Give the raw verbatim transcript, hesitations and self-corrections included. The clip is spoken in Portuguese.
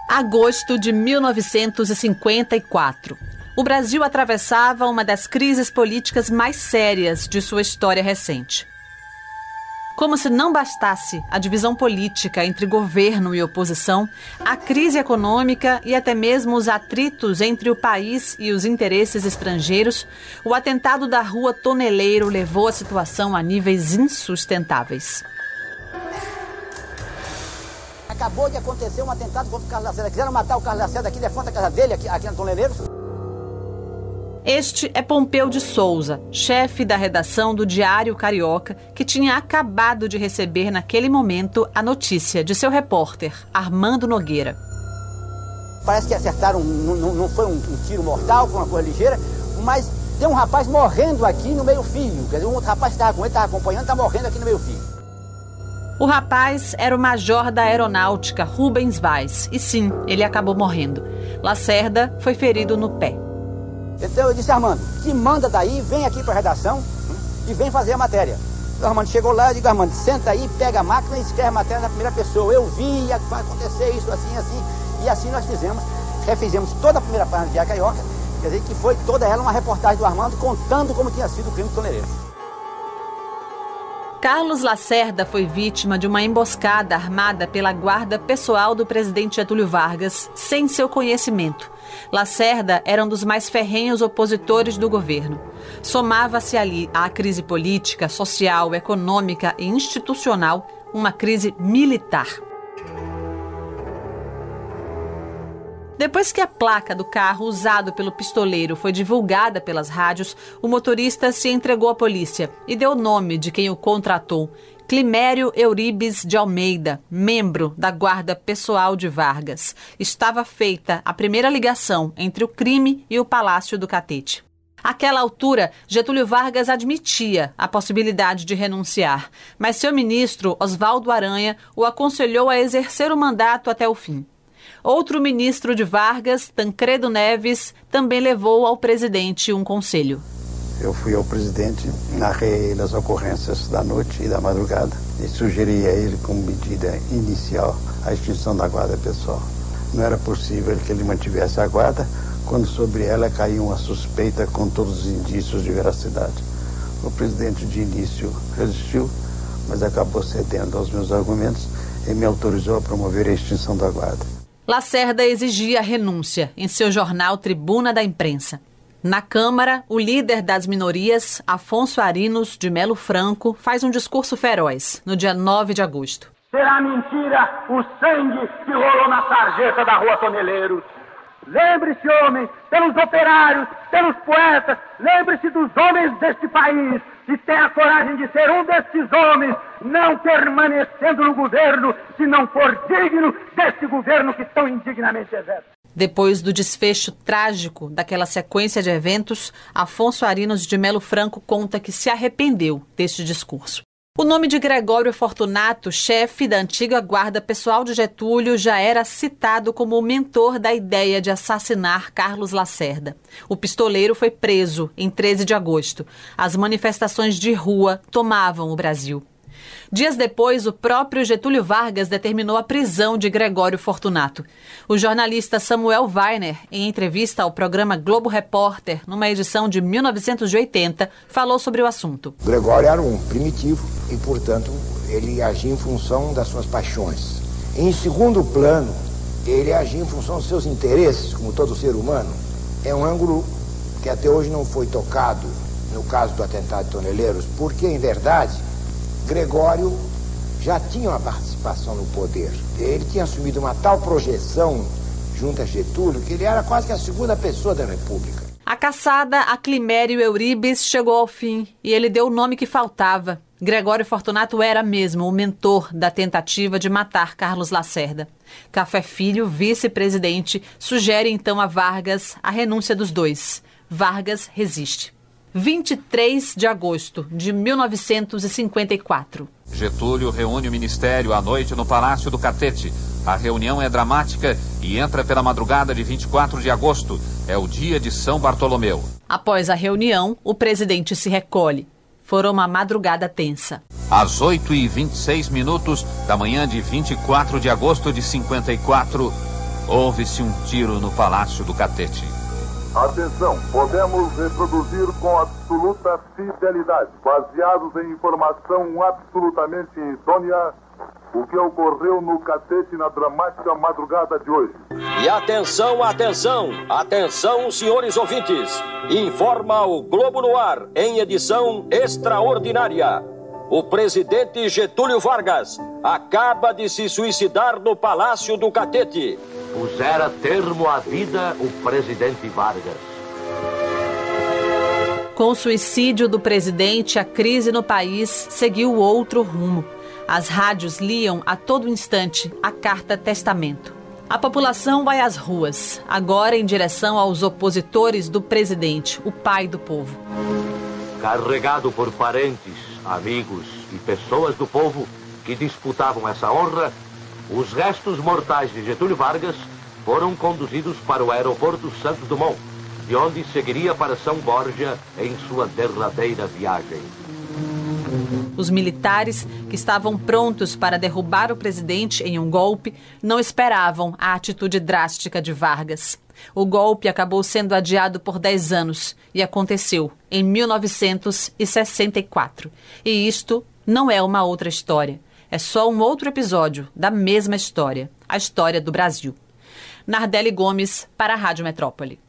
Agosto de mil novecentos e cinquenta e quatro. O Brasil atravessava uma das crises políticas mais sérias de sua história recente. Como se não bastasse a divisão política entre governo e oposição, a crise econômica e até mesmo os atritos entre o país e os interesses estrangeiros, o atentado da Rua Toneleiro levou a situação a níveis insustentáveis. Acabou de acontecer um atentado contra o Carlos Lacerda. Quiseram matar o Carlos Lacerda aqui de frente da casa dele, aqui, aqui na Toneleiro. Este é Pompeu de Souza, chefe da redação do Diário Carioca, que tinha acabado de receber naquele momento a notícia de seu repórter, Armando Nogueira. Parece que acertaram, não, não foi um, um tiro mortal, foi uma coisa ligeira, mas tem um rapaz morrendo aqui no meio-fio. Quer dizer, um outro rapaz que estava com ele, estava acompanhando, está morrendo aqui no meio-fio. O rapaz era o major da aeronáutica, Rubens Vaz, e sim, ele acabou morrendo. Lacerda foi ferido no pé. Então eu disse, Armando, te manda daí, vem aqui para a redação e vem fazer a matéria. O Armando chegou lá, eu digo, Armando, senta aí, pega a máquina e escreve a matéria na primeira pessoa. Eu vi, vai acontecer isso, assim, assim. E assim nós fizemos, refizemos toda a primeira página do Diário Carioca, quer dizer que foi toda ela uma reportagem do Armando contando como tinha sido o crime do Toneleiro. Carlos Lacerda foi vítima de uma emboscada armada pela guarda pessoal do presidente Getúlio Vargas, sem seu conhecimento. Lacerda era um dos mais ferrenhos opositores do governo. Somava-se ali à crise política, social, econômica e institucional uma crise militar. Depois que a placa do carro usado pelo pistoleiro foi divulgada pelas rádios, o motorista se entregou à polícia e deu o nome de quem o contratou, Climério Euribes de Almeida, membro da guarda pessoal de Vargas. Estava feita a primeira ligação entre o crime e o Palácio do Catete. Àquela altura, Getúlio Vargas admitia a possibilidade de renunciar, mas seu ministro, Oswaldo Aranha, o aconselhou a exercer o mandato até o fim. Outro ministro de Vargas, Tancredo Neves, também levou ao presidente um conselho. Eu fui ao presidente, narrei as ocorrências da noite e da madrugada e sugeri a ele como medida inicial a extinção da guarda pessoal. Não era possível que ele mantivesse a guarda quando sobre ela caiu uma suspeita com todos os indícios de veracidade. O presidente de início resistiu, mas acabou cedendo aos meus argumentos e me autorizou a promover a extinção da guarda. Lacerda exigia a renúncia em seu jornal Tribuna da Imprensa. Na Câmara, o líder das minorias, Afonso Arinos de Melo Franco, faz um discurso feroz no dia nove de agosto. Será mentira o sangue que rolou na sarjeta da Rua Toneleiro. Lembre-se, homem, pelos operários, pelos poetas, lembre-se dos homens deste país e tenha a coragem de ser um destes homens, não permanecendo no governo, se não for digno deste governo que tão indignamente exerce. Depois do desfecho trágico daquela sequência de eventos, Afonso Arinos de Melo Franco conta que se arrependeu deste discurso. O nome de Gregório Fortunato, chefe da antiga guarda pessoal de Getúlio, já era citado como o mentor da ideia de assassinar Carlos Lacerda. O pistoleiro foi preso em treze de agosto. As manifestações de rua tomavam o Brasil. Dias depois, o próprio Getúlio Vargas determinou a prisão de Gregório Fortunato. O jornalista Samuel Weiner, em entrevista ao programa Globo Repórter, numa edição de mil novecentos e oitenta, falou sobre o assunto. Gregório era um primitivo e, portanto, ele agia em função das suas paixões. Em segundo plano, ele agia em função dos seus interesses, como todo ser humano. É um ângulo que até hoje não foi tocado no caso do atentado de Toneleiros, porque, em verdade, Gregório já tinha uma participação no poder. Ele tinha assumido uma tal projeção junto a Getúlio que ele era quase que a segunda pessoa da República. A caçada a Climério Euribes chegou ao fim e ele deu o nome que faltava. Gregório Fortunato era mesmo o mentor da tentativa de matar Carlos Lacerda. Café Filho, vice-presidente, sugere então a Vargas a renúncia dos dois. Vargas resiste. vinte e três de agosto de mil novecentos e cinquenta e quatro. Getúlio reúne o ministério à noite no Palácio do Catete. A reunião é dramática e entra pela madrugada de vinte e quatro de agosto. É o dia de São Bartolomeu. Após a reunião, o presidente se recolhe. Foi uma madrugada tensa. Às oito e vinte e seis minutos da manhã de vinte e quatro de agosto de cinquenta e quatro, Houve-se um tiro no Palácio do Catete. Atenção, podemos reproduzir com absoluta fidelidade, baseados em informação absolutamente idônea, o que ocorreu no Catete na dramática madrugada de hoje. E atenção, atenção, atenção, senhores ouvintes. Informa o Globo no Ar, em edição extraordinária. O presidente Getúlio Vargas acaba de se suicidar no Palácio do Catete. Pusera termo à vida o presidente Vargas. Com o suicídio do presidente, a crise no país seguiu outro rumo. As rádios liam a todo instante a carta testamento. A população vai às ruas, agora em direção aos opositores do presidente, o pai do povo. Carregado por parentes, amigos e pessoas do povo que disputavam essa honra, os restos mortais de Getúlio Vargas foram conduzidos para o aeroporto Santos Dumont, de onde seguiria para São Borja em sua derradeira viagem. Os militares, que estavam prontos para derrubar o presidente em um golpe, não esperavam a atitude drástica de Vargas. O golpe acabou sendo adiado por dez anos e aconteceu em mil novecentos e sessenta e quatro. E isto não é uma outra história. É só um outro episódio da mesma história, a história do Brasil. Nardelli Gomes, para a Rádio Metrópole.